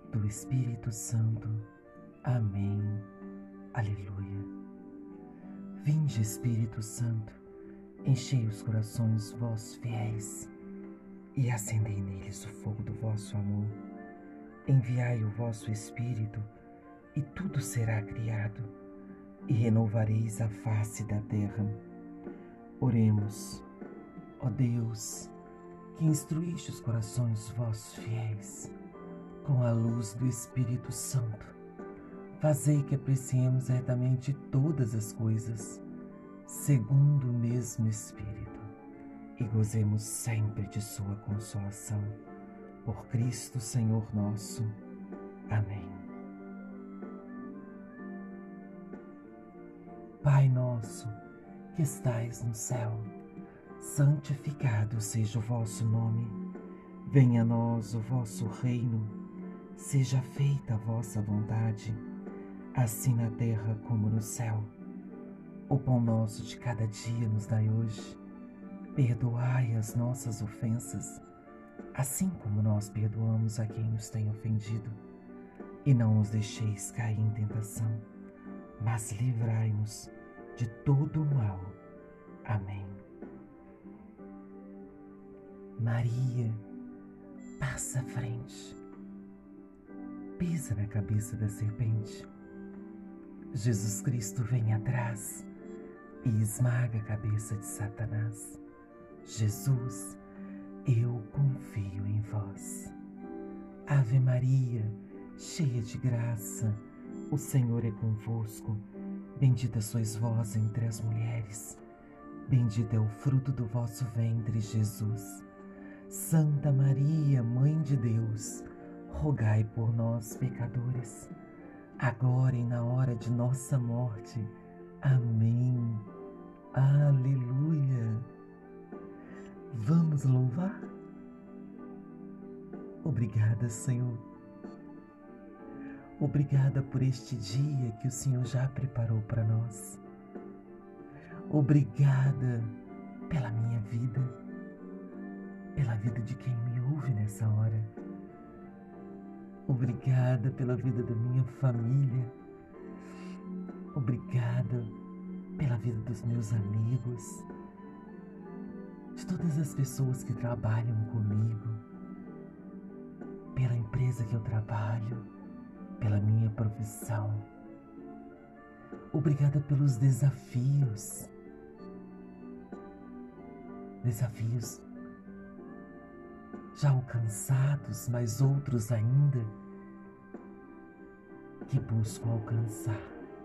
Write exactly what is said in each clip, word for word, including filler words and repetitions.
do Espírito Santo. Amém. Aleluia. Vinde, Espírito Santo, enchei os corações vossos fiéis e acendei neles o fogo do vosso amor. Enviai o vosso Espírito e tudo será criado e renovareis a face da terra. Oremos. Ó Deus, que instruíste os corações vossos fiéis com a luz do Espírito Santo, fazei que apreciemos retamente todas as coisas, segundo o mesmo Espírito, e gozemos sempre de sua consolação. Por Cristo Senhor nosso. Amém. Pai nosso, que estais no céu, santificado seja o vosso nome. Venha a nós o vosso reino. Seja feita a vossa vontade, assim na terra como no céu. O pão nosso de cada dia nos dai hoje. Perdoai as nossas ofensas, assim como nós perdoamos a quem nos tem ofendido. E não nos deixeis cair em tentação, mas livrai-nos de todo o mal. Amém. Maria, passa à frente, pisa na cabeça da serpente. Jesus Cristo vem atrás e esmaga a cabeça de Satanás. Jesus, eu confio em vós. Ave Maria, cheia de graça, o Senhor é convosco. Bendita sois vós entre as mulheres. Bendito é o fruto do vosso ventre, Jesus. Santa Maria, Mãe de Deus, rogai por nós, pecadores, agora e na hora de nossa morte. Amém. Aleluia. Vamos louvar? Obrigada, Senhor. Obrigada por este dia que o Senhor já preparou para nós. Obrigada pela minha vida, pela vida de quem me ouve nessa hora. Obrigada pela vida da minha família. Obrigada pela vida dos meus amigos, de todas as pessoas que trabalham comigo, pela empresa que eu trabalho, pela minha profissão. Obrigada pelos desafios, desafios já alcançados, mas outros ainda que busco alcançar.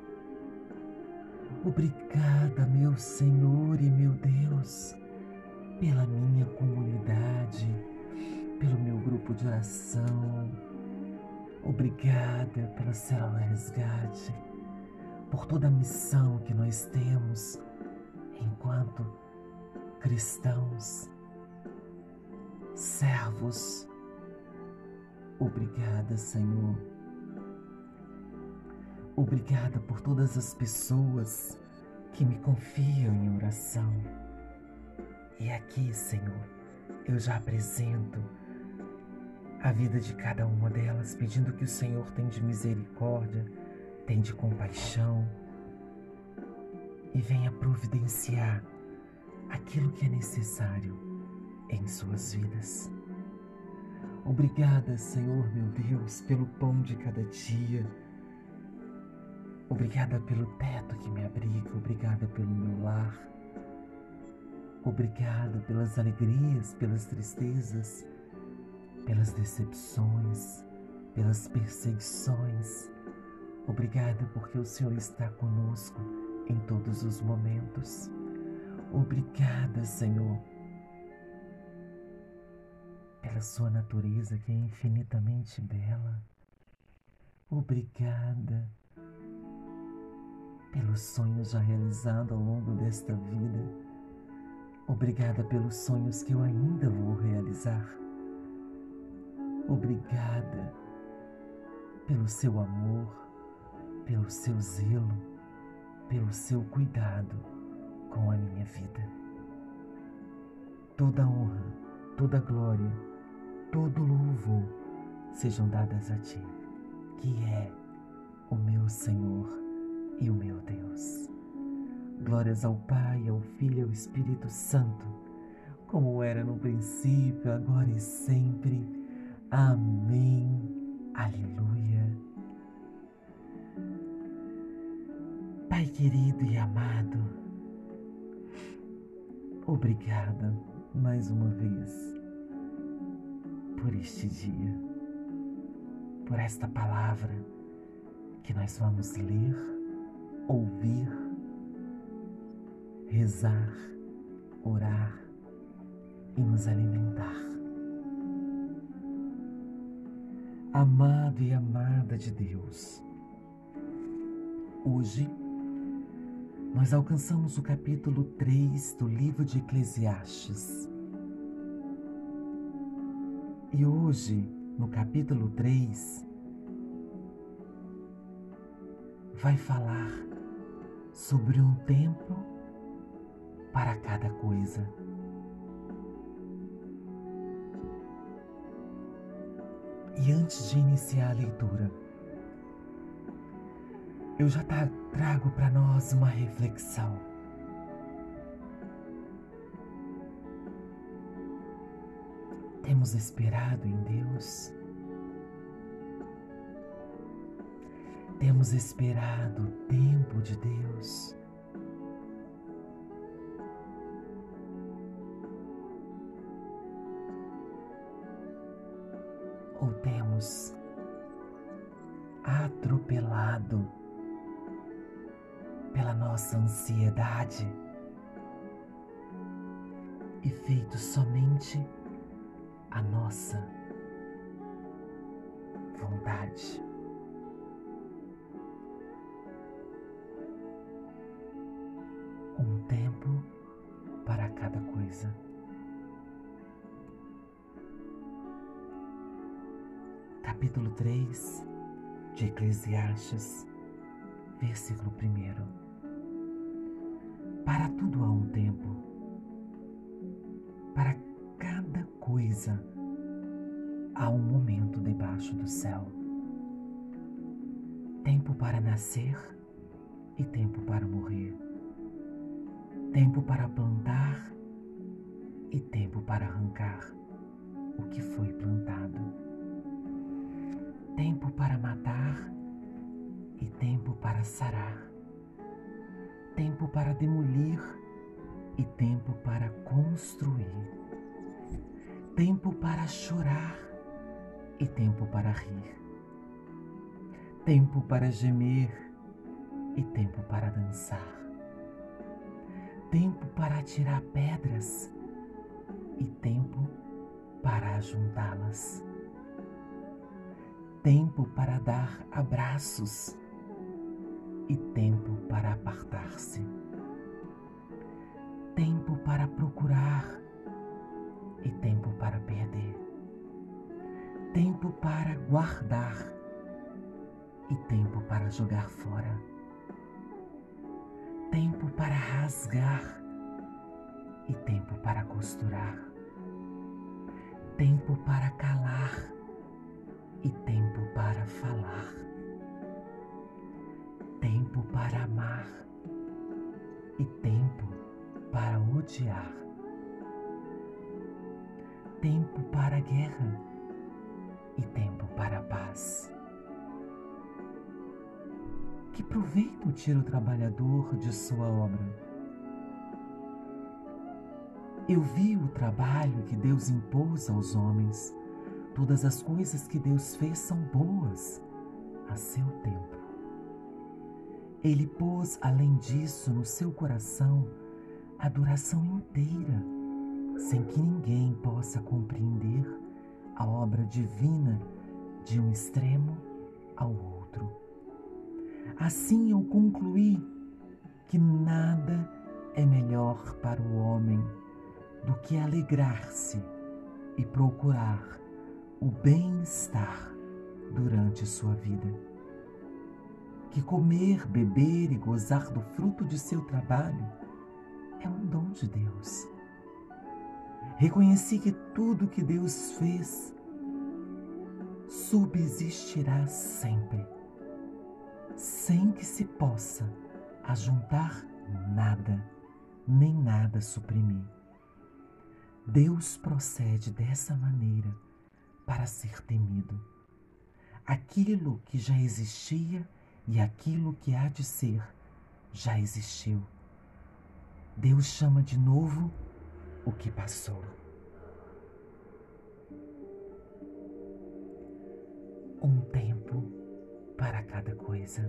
Obrigada, meu Senhor e meu Deus, pela minha comunidade, pelo meu grupo de oração. Obrigada pela Célula Resgate, por toda a missão que nós temos enquanto cristãos, servos. Obrigada, Senhor. Obrigada por todas as pessoas que me confiam em oração. E aqui, Senhor, eu já apresento a vida de cada uma delas, pedindo que o Senhor tenha de misericórdia, tenha de compaixão e venha providenciar aquilo que é necessário em suas vidas. Obrigada, Senhor, meu Deus, pelo pão de cada dia. Obrigada pelo teto que me abriga, obrigada pelo meu lar. Obrigada pelas alegrias, pelas tristezas, pelas decepções, pelas perseguições. Obrigada porque o Senhor está conosco em todos os momentos. Obrigada, Senhor, pela sua natureza que é infinitamente bela. Obrigada pelos sonhos já realizados ao longo desta vida. Obrigada pelos sonhos que eu ainda vou realizar. Obrigada pelo seu amor, pelo seu zelo, pelo seu cuidado com a minha vida. Toda honra, toda glória, todo louvor sejam dadas a Ti, que é o meu Senhor e o meu Deus. Glórias ao Pai, ao Filho e ao Espírito Santo, como era no princípio, agora e sempre. Amém. Aleluia. Pai querido e amado, obrigada mais uma vez por este dia, por esta palavra que nós vamos ler, ouvir, rezar, orar e nos alimentar. Amado e amada de Deus, hoje nós alcançamos o capítulo três do livro de Eclesiastes. E hoje, no capítulo três, vai falar sobre um tempo para cada coisa. E antes de iniciar a leitura, eu já trago para nós uma reflexão. Temos esperado em Deus? Temos esperado o tempo de Deus? Ou temos atropelado pela nossa ansiedade e feito somente a nossa vontade? Um tempo para cada coisa. Capítulo três de Eclesiastes, versículo primeiro. Para tudo há um tempo, para cada coisa há um momento debaixo do céu. Tempo para nascer e tempo para morrer. Tempo para plantar e tempo para arrancar o que foi plantado. Tempo para matar e tempo para sarar. Tempo para demolir e tempo para construir. Tempo para chorar e tempo para rir. Tempo para gemer e tempo para dançar. Tempo para atirar pedras e tempo para ajuntá-las. Tempo para dar abraços e tempo para apartar-se. Tempo para procurar e tempo para perder. Tempo para guardar e tempo para jogar fora. Tempo para rasgar e tempo para costurar. Tempo para calar e tempo para falar. Tempo para amar e tempo para odiar. Tempo para a guerra e tempo para a paz. Que proveito tira o trabalhador de sua obra? Eu vi o trabalho que Deus impôs aos homens. Todas as coisas que Deus fez são boas a seu tempo. Ele pôs, além disso, no seu coração a duração inteira, sem que ninguém possa compreender a obra divina de um extremo ao outro. Assim eu concluí que nada é melhor para o homem do que alegrar-se e procurar o bem-estar durante sua vida. Que comer, beber e gozar do fruto de seu trabalho é um dom de Deus. Reconheci que tudo que Deus fez subsistirá sempre, sem que se possa ajuntar nada, nem nada suprimir. Deus procede dessa maneira para ser temido. Aquilo que já existia e aquilo que há de ser já existiu. Deus chama de novo o que passou. Um tempo para cada coisa.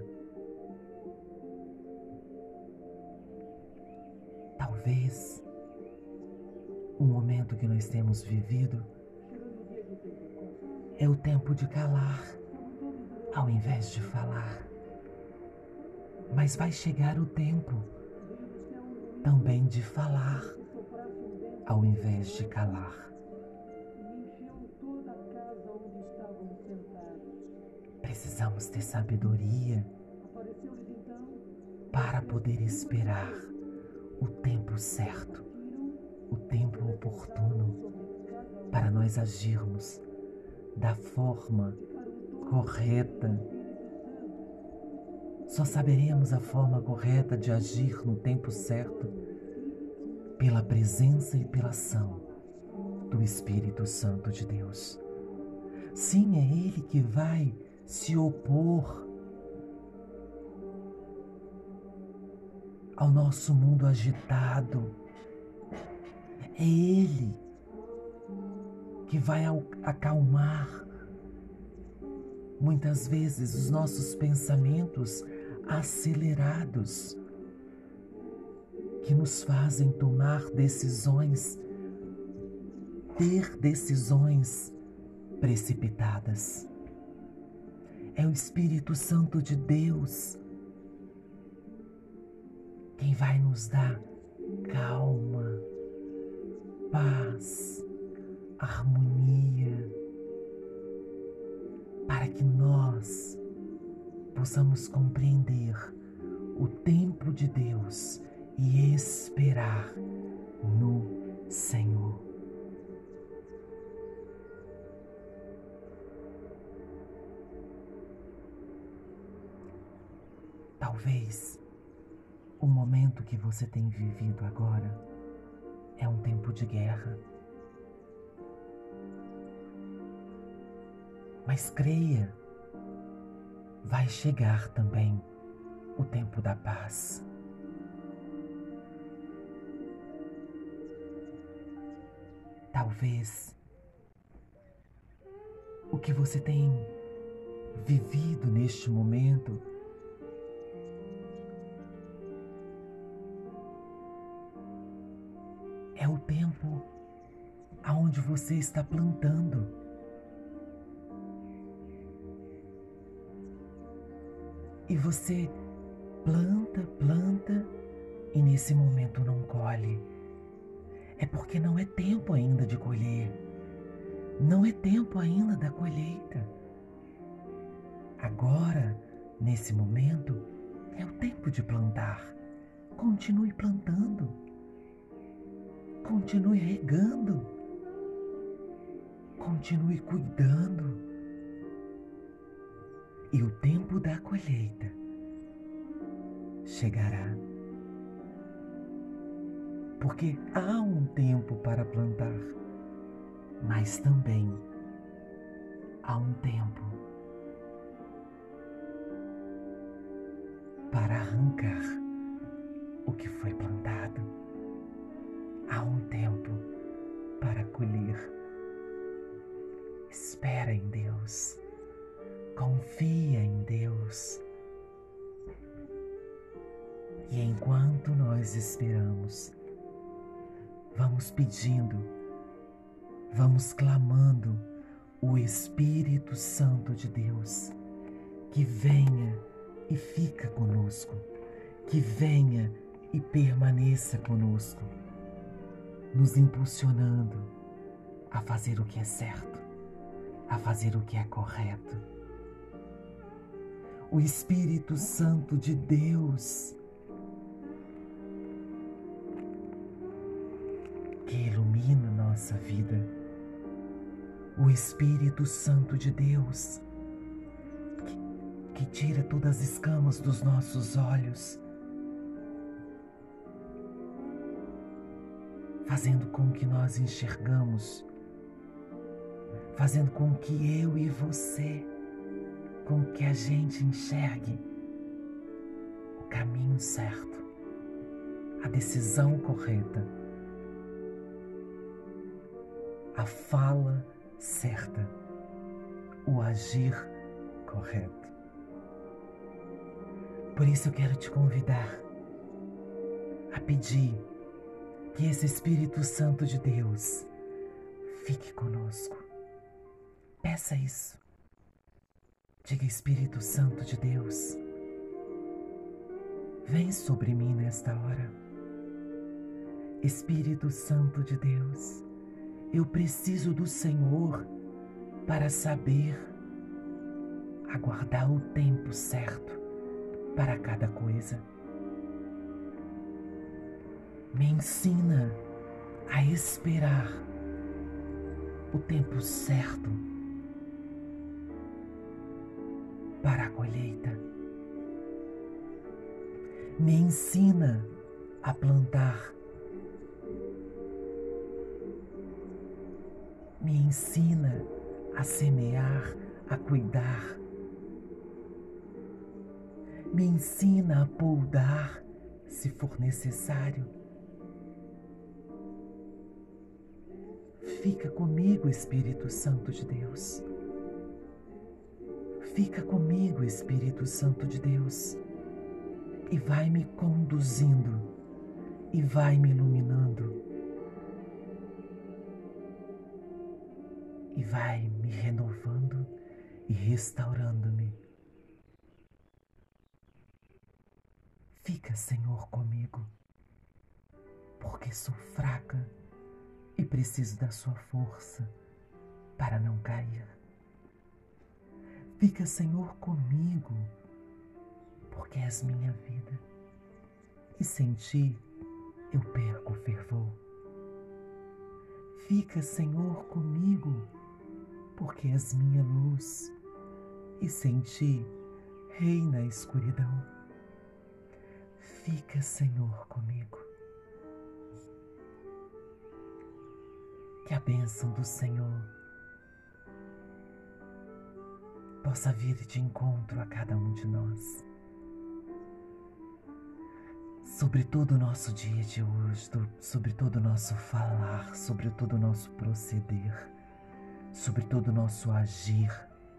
Talvez o momento que nós temos vivido é o tempo de calar ao invés de falar. Mas vai chegar o tempo também de falar ao invés de calar. Precisamos ter sabedoria para poder esperar o tempo certo, o tempo oportuno, para nós agirmos da forma correta. Só saberemos a forma correta de agir no tempo certo pela presença e pela ação do Espírito Santo de Deus. Sim, é Ele que vai se opor ao nosso mundo agitado. É Ele que vai acalmar muitas vezes os nossos pensamentos acelerados, que nos fazem tomar decisões, ter decisões precipitadas. É o Espírito Santo de Deus quem vai nos dar calma, paz, harmonia, para que nós possamos compreender o tempo de Deus e esperar no Senhor. Talvez o momento que você tem vivido agora é um tempo de guerra. Mas creia, vai chegar também o tempo da paz. Talvez o que você tem vivido neste momento é o tempo aonde você está plantando. E você planta, planta e nesse momento não colhe. É porque não é tempo ainda de colher. Não é tempo ainda da colheita. Agora, nesse momento, é o tempo de plantar. Continue plantando. Continue regando. Continue cuidando. E o tempo da colheita chegará. Porque há um tempo para plantar, mas também há um tempo para arrancar o que foi plantado. Há um tempo para colher. Espera em Deus. Confia em Deus. E enquanto nós esperamos, vamos pedindo, vamos clamando o Espírito Santo de Deus que venha e fica conosco, que venha e permaneça conosco, nos impulsionando a fazer o que é certo, a fazer o que é correto. O Espírito Santo de Deus que ilumina nossa vida, o Espírito Santo de Deus, que, que tira todas as escamas dos nossos olhos, fazendo com que nós enxergamos, fazendo com que eu e você, com que a gente enxergue o caminho certo, a decisão correta, a fala certa, o agir correto. Por isso eu quero te convidar a pedir que esse Espírito Santo de Deus fique conosco. Peça isso. Diga: Espírito Santo de Deus, vem sobre mim nesta hora. Espírito Santo de Deus, eu preciso do Senhor para saber aguardar o tempo certo para cada coisa. Me ensina a esperar o tempo certo para a colheita. Me ensina a plantar. Me ensina a semear, a cuidar. Me ensina a podar, se for necessário. Fica comigo, Espírito Santo de Deus. Fica comigo, Espírito Santo de Deus, e vai me conduzindo, e vai me iluminando, e vai me renovando e restaurando-me. Fica, Senhor, comigo, porque sou fraca e preciso da sua força para não cair. Fica, Senhor, comigo, porque és minha vida, e sem ti eu perco o fervor. Fica, Senhor, comigo, porque és minha luz, e sem ti reina a escuridão. Fica, Senhor, comigo. Que a bênção do Senhor possa vir de encontro a cada um de nós. Sobre todo o nosso dia de hoje, sobre todo o nosso falar, sobre todo o nosso proceder, sobre todo o nosso agir.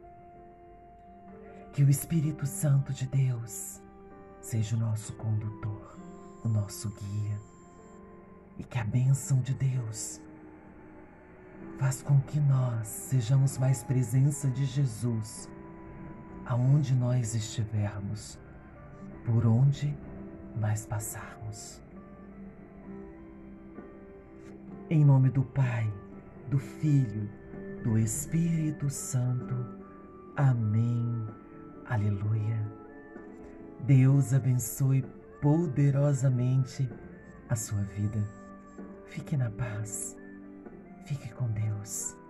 Que o Espírito Santo de Deus seja o nosso condutor, o nosso guia, e que a bênção de Deus faz com que nós sejamos mais presença de Jesus aonde nós estivermos, por onde nós passarmos. Em nome do Pai, do Filho, do Espírito Santo. Amém. Aleluia. Deus abençoe poderosamente a sua vida. Fique na paz. Fique com Deus.